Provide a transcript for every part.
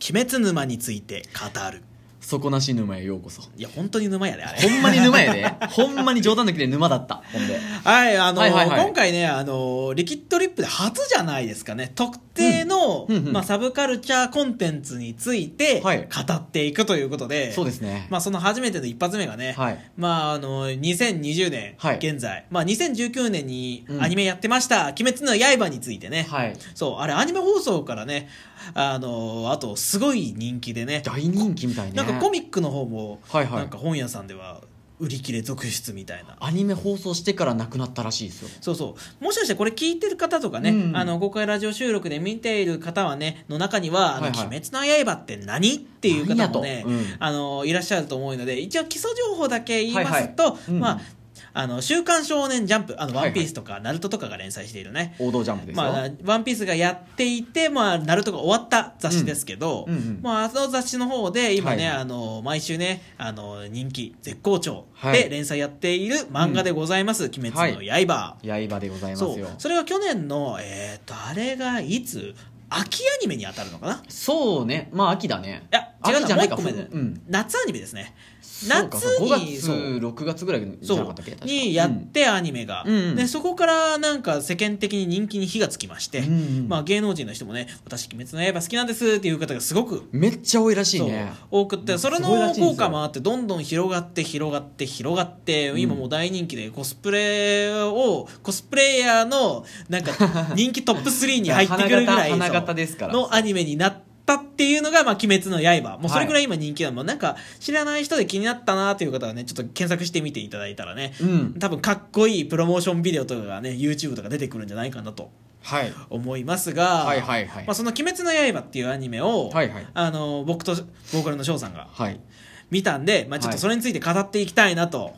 鬼滅沼について語る。 底なし沼へようこそ。 いや本当に沼やであれ。 ほんまに沼やで。ほんまに冗談抜きで沼だった。ほんで。 はいはいはいはい、 今回ねリキッドリップで初じゃないですかね。特定の、サブカルチャーコンテンツについて語っていくということで、 そうですね。 その初めての一発目がね、2020年、現在、2019年にアニメやってました鬼滅の刃についてね、そうあれアニメ放送からね、あとすごい人気でね、 大人気みたいね。 なんかコミックの方も、なんか本屋さんでは売り切れ続出みたいな。 アニメ放送してからなくなったらしいですよ。 そうそう、もしかしてこれ聞いてる方とかね、公開ラジオ収録で見ている方はねの中には鬼滅の刃って何っていう方もね、いらっしゃると思うので、一応基礎情報だけ言いますと、週刊少年ジャンプ、ワンピースとかナルトとかが連載しているね、 王道ジャンプですよ。 ワンピースがやっていて、ナルトが終わった雑誌ですけど、あの雑誌の方で今ね、毎週ね、人気絶好調で連載やっている漫画でございます、鬼滅の刃。 刃でございますよ。 それが去年のあれがいつ秋アニメに当たるのかな。 そうね、秋だね。 いや違うな、もう一個目で、夏アニメですね。夏に 5月6月ぐらいじゃなかったっけにやってアニメが、でそこからなんか世間的に人気に火がつきまして、芸能人の人もね、私鬼滅の刃好きなんですっていう方がすごくめっちゃ多いらしいね。 多くって、それの効果もあってどんどん広がって今もう大人気で、コスプレイヤーのなんか人気トップ3に入ってくるぐらいのアニメになってっていうのが、鬼滅の刃。もうそれくらい今人気なの。なんか知らない人で気になったなという方はね、ちょっと検索してみていただいたらね、多分かっこいいプロモーションビデオとかがね YouTube とか出てくるんじゃないかなと思いますが、その鬼滅の刃っていうアニメを、僕とボーカルの翔さんが見たんで、ちょっとそれについて語っていきたいなと。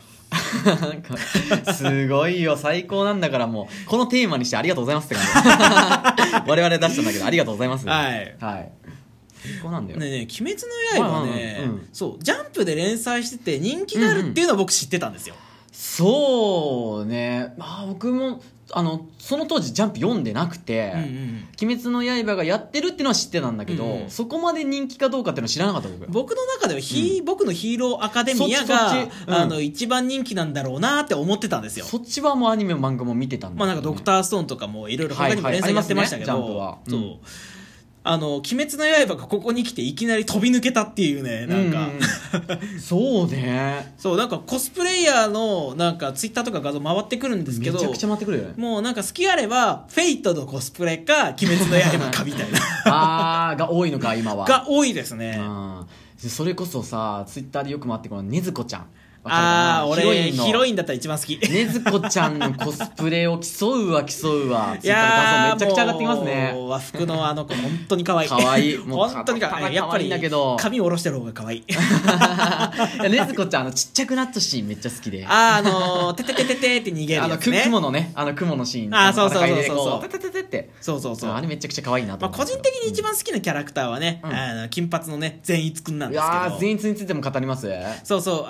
すごいよ、最高なんだから、もうこのテーマにしてありがとうございますって感じ。我々出したんだけどありがとうございます。最高なんだよね。 鬼滅の刃はね、そうジャンプで連載してて人気があるっていうのは僕知ってたんですよ。 そうね、僕もその当時ジャンプ読んでなくて、鬼滅の刃がやってるっていうのは知ってたんだけど、そこまで人気かどうかっていうのは知らなかった。 僕の中では僕のヒーローアカデミアが一番人気なんだろうなって思ってたんですよ。 そっちはもうアニメも漫画も見てたんだけど、 なんかドクターストーンとかもいろいろ他にも連載やってましたけど、 ジャンプは鬼滅の刃がここに来ていきなり飛び抜けたっていうね、なんか、 そうね、 そうなんかコスプレイヤーのなんかツイッターとか画像回ってくるんですけど、 めちゃくちゃ回ってくるよね。 もうなんか好きあればフェイトのコスプレか鬼滅の刃かみたいなが多いのか今は。 が多いですね。 それこそさ、ツイッターでよく回ってくる禰豆子ちゃん。 俺ヒロインだったら一番好き。 禰豆子ちゃんのコスプレを競うわツイッターで画像めちゃくちゃ上がってきますね。 和服のあの子本当に可愛い。 可愛い。 本当に可愛い。やっぱり髪下ろしてる方が可愛い。 禰豆子ちゃんちっちゃくなったシーンめっちゃ好きで。 てててててって逃げるやつね。 雲のね、雲のシーン。 そうそう。 ててててって。 そうあれめちゃくちゃ可愛いなと思って。 個人的に一番好きなキャラクターはね、金髪のね善逸くんなんですけど。 善逸についても語ります。 そうそう、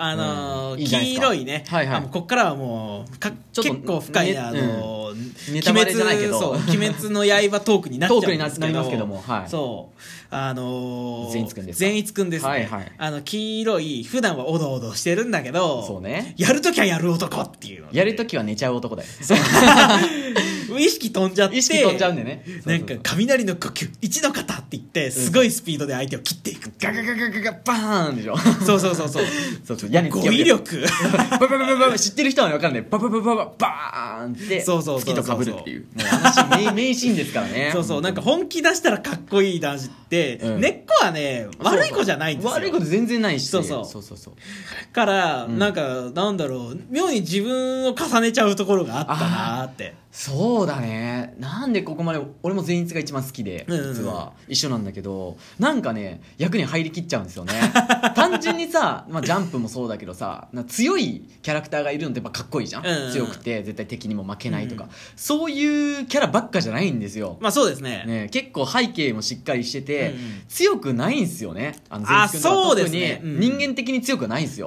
黄色いね、こっからはもう結構深いネタバレじゃないけど、 鬼滅の刃トークになっちゃうんですけど、そう善逸くんですね。黄色い、普段はおどおどしてるんだけど、やるときはやる男っていう、 やるときは寝ちゃう男だよ。 意識飛んじゃって、 意識飛んじゃうんでね。 なんか雷の呼吸一の型って言ってすごいスピードで相手を切っていく、 ガガガガガガバーンでしょ。 そう語彙力知ってる人は分かんない。ババババババーンって月と被るっていう、名シーンですからね。 なんか本気出したらかっこいい男子って根っこはね悪い子じゃないんですよ。 悪い子全然ないし、そうからなんかなんだろう、妙に自分を重ねちゃうところがあったなって。 そうだね、なんでここまで俺も善逸が一番好きで、実は一緒なんだけど、なんかね役に入りきっちゃうんですよね。単純にさ、ジャンプもそうだけどさ、強いキャラクターがいるのってやっぱかっこいいじゃん。強くて絶対敵にも負けないとか、そういうキャラばっかじゃないんですよ。 そうですね。 結構背景もしっかりしてて、強くないんですよね。 そうですね。 人間的に強くないんですよ。 結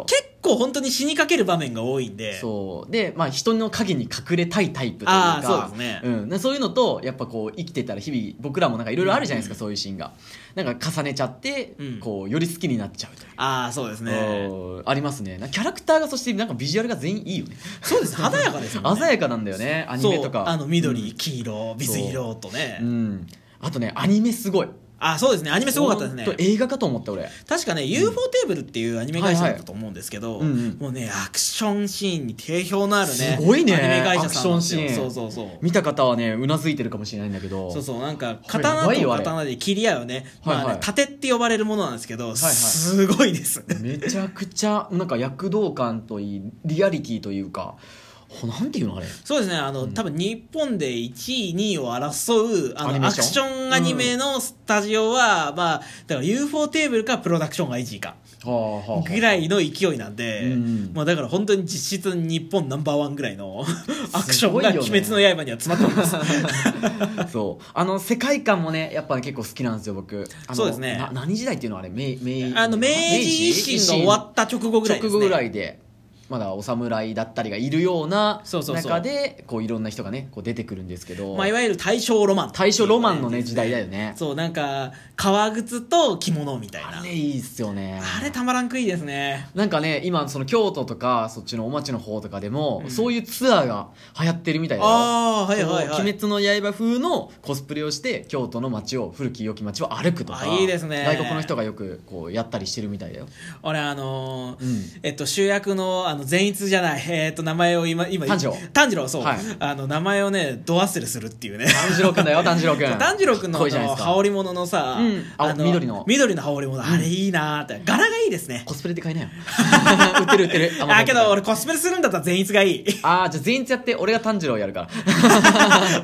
構本当に死にかける場面が多いんで。 そうで、まあ、人の影に隠れたいタイプというか、 そうですね、 そういうのとやっぱこう生きてたら日々僕らもなんかいろいろあるじゃないですか、そういうシーンがなんか重ねちゃって、こうより好きになっちゃうというそうですね、 ありますね。キャラクターが、そしてなんかビジュアルが全員いいよね。 そうです、華やかですもんね。 鮮やかなんだよね、アニメとか。 緑、黄色、水色とね、 あとねアニメすごい。 そうですね、アニメすごかったですね。 映画かと思った俺。 確かね、UFO テーブルっていうアニメ会社だったと思うんですけど、もうねアクションシーンに定評のあるね、 すごいね、 アニメ会社さんなんですよ。 アクションシーン。そう見た方はねうなずいてるかもしれないんだけど、 なんか刀と刀で切り合うね、盾って呼ばれるものなんですけど、すごいです。 めちゃくちゃなんか躍動感といいリアリティというか、なんていうのあれ。 そうですね、多分日本で1位2位を争うアクションアニメのスタジオは、だから UFO テーブルかプロダクション IG かぐらいの勢いなんで、だから本当に実質日本ナンバーワンぐらいのアクションが鬼滅の刃には詰まっております。 そう世界観もねやっぱ結構好きなんですよ僕。 そうですね。 何時代っていうのはあれ明治維新が終わった直後ぐらいですね。 直後ぐらいでまだお侍だったりがいるような中でこういろんな人がねこう出てくるんですけど、 いわゆる大正ロマンのね時代だよね。 そうなんか革靴と着物みたいな、 あれいいっすよね。 あれたまらんくいいですね。 なんかね今その京都とかそっちのお町の方とかでも、そういうツアーが流行ってるみたいだよ。鬼滅の刃風のコスプレをして京都の町を古き良き町を歩くとか、 いいですね。 外国の人がよくこうやったりしてるみたいだよ。 俺主役の善逸じゃない、名前を今炭治郎そう、名前をねド忘れするっていうね。 炭治郎くんだよ炭治郎くん。 炭治郎くんの羽織物のさ、緑の羽織物、あれいいなーって、柄がいいですね。 コスプレで買いなよ。売ってるけど俺コスプレするんだったら善逸がいい。 じゃあ善逸やって、俺が炭治郎やるから。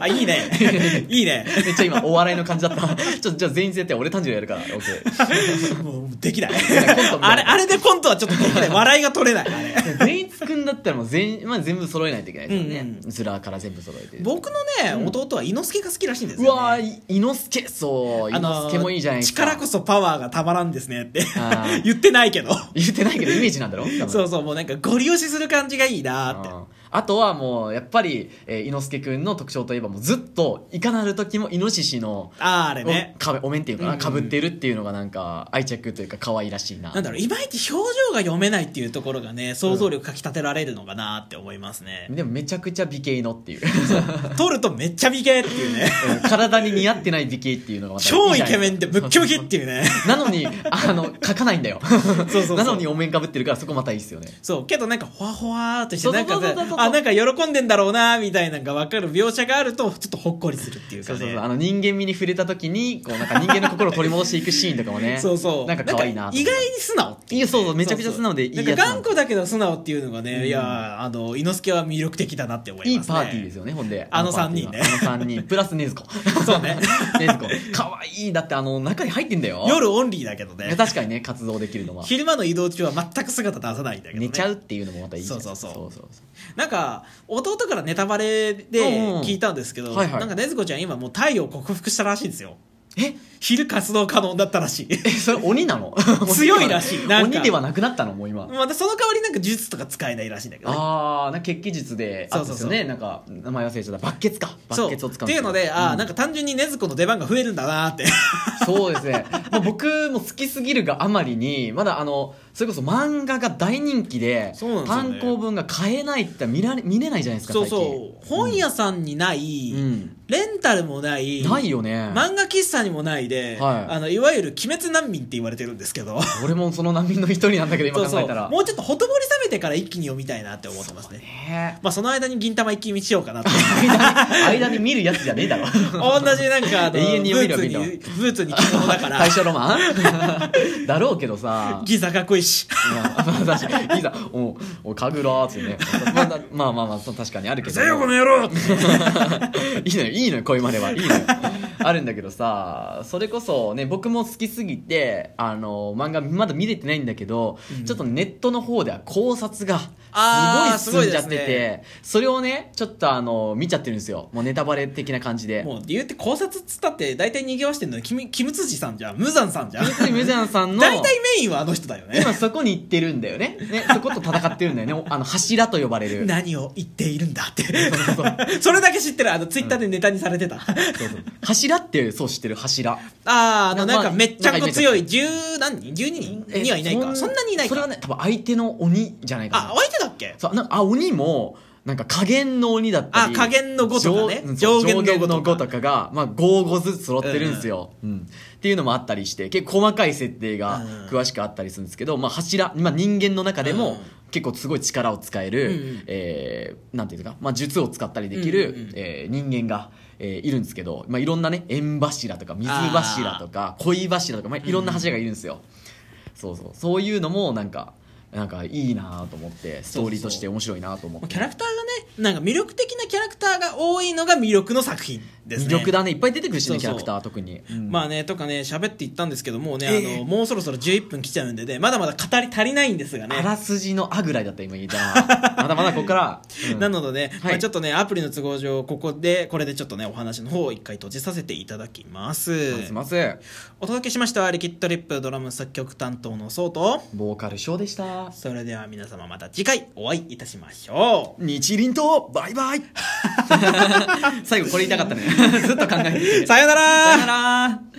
いいねいいね。 めっちゃ今お笑いの感じだった。じゃあ善逸やって、俺炭治郎やるから。オッケー。 もうできない。あれでコントはちょっとできない。笑いが取れない。 善逸くんだったらもう全部揃えないといけないですよね。ズラから全部揃えて。 僕のね弟は伊之助が好きらしいんですよね。 うわ伊之助、そう伊之助もいいじゃないですか。 力こそパワーがたまらんですねって言ってないけどイメージなんだろ。 そうもうなんかゴリ押しする感じがいいなって。 あとはもうやっぱり伊之助くんの特徴といえばもうずっといかなる時もイノシシのあれねお面っていうかな、かぶってるっていうのがなんか愛着というか可愛らしいな。 なんだろう、いまいち表情が読めないっていうところがね想像力かき立てられるのかなって思いますね。 でもめちゃくちゃ美形のっていう撮るとめっちゃ美形っていうね体に似合ってない美形っていうのがまた超イケメンでムッキムキっていうねなのに描かないんだよなのにお面かぶってるからそこまたいいっすよね。 そうけどなんかほわほわーっとしてなんかなんか喜んでんだろうなみたいなのが分かる描写があるとちょっとほっこりするっていうかね。 そう人間味に触れた時にこうなんか人間の心を取り戻していくシーンとかもねなんか可愛いなと。 意外に素直っていう、ね、 そうめちゃくちゃ素直でいいやつなんか頑固だけど素直っていうのがね、いや伊之助は魅力的だなって思いますね。 いいパーティーですよね。ほんで 3人ね 3人プラス禰豆子そうね禰豆子可愛い。だって中に入ってんだよ。 夜オンリーだけどね。 確かにね活動できるのは。 昼間の移動中は全く姿出さないんだけどね。 寝ちゃうっていうのもまたいい。 そうなんか弟からネタバレで聞いたんですけど、なんか禰豆子ちゃん今もう太陽克服したらしいんですよ。昼活動可能だったらしい。 それ鬼なの強いらしい。 鬼ではなくなったのもう今。 またその代わりなんか呪術とか使えないらしいんだけどね。 なんか血気術であったんですよね。なんか名前忘れちゃった。バッケツか。バッケツを使うっていうのでなんか単純に禰豆子の出番が増えるんだなってそうですね。僕も好きすぎるがあまりにまだそれこそ漫画が大人気で単行本が買えないって見れないじゃないですか。 そう本屋さんにない、レンタルもないよね。 漫画喫茶にもないで、いわゆる鬼滅難民って言われてるんですけど俺もその難民の一人なんだけど今考えたらもうちょっとほとぼり冷めてから一気に読みたいなって思ってますね。その間に銀魂一気見しようかなって間に見るやつじゃねえだろ同じなんか永遠に読めるわブーツに着物だから大正ロマンだろうけどさギザかっこいいし確かにギザおかぐらーってねまあ確かにあるけどギザよこの野郎いいのよ声まではいいのよあるんだけどさ、それこそね僕も好きすぎて漫画まだ見れてないんだけど、ちょっとネットの方では考察がすごい進んじゃってて、それをねちょっと見ちゃってるんですよ。もうネタバレ的な感じで。 もう理由って考察っつったって大体賑わしてんのキムツジさんじゃん、無惨さんじゃん。 無惨さんの大体メインはあの人だよね。 今そこに行ってるんだよね。そこと戦ってるんだよね。柱と呼ばれる。 何を言っているんだって。それだけ知ってる。ツイッターでネタにされてた。 そう柱ってそう知ってる柱。 なんかめっちゃ強い10何人12人にはいないか。そんなにいないか。 それはね多分相手の鬼じゃないかな。 相手だっけ。 そう鬼もなんか加減の鬼だったり、 加減の5とかね、 上限の5とかが5ずつ揃ってるんですよ、っていうのもあったりして、結構細かい設定が詳しくあったりするんですけど、柱、人間の中でも結構すごい力を使える、なんていうか、術を使ったりできる、人間がいるんですけど、いろんなね縁柱とか水柱とか恋柱とか、いろんな柱がいるんですよ。そういうのもなんかいいなと思って、ストーリーとして面白いなと思って。 キャラクターがね、なんか魅力的なキャラクターが多いのが魅力の作品ですね。 魅力だね。いっぱい出てくるしね、キャラクター特に。 とかね、喋っていったんですけどもうね、もうそろそろ11分来ちゃうんでね、まだまだ語り足りないんですがね。 あらすじのぐらいだった今言ったまだまだここから。 なのでね、ちょっとね、アプリの都合上、これでちょっとね、お話の方を一回閉じさせていただきます。お届けしましたリキッドリップドラム作曲担当のソウと、 ボーカルショーでした。 それでは皆様また次回お会いいたしましょう。 日輪とバイバイ最後これ言いたかったねずっと考えてて。 さよなら。 さよなら。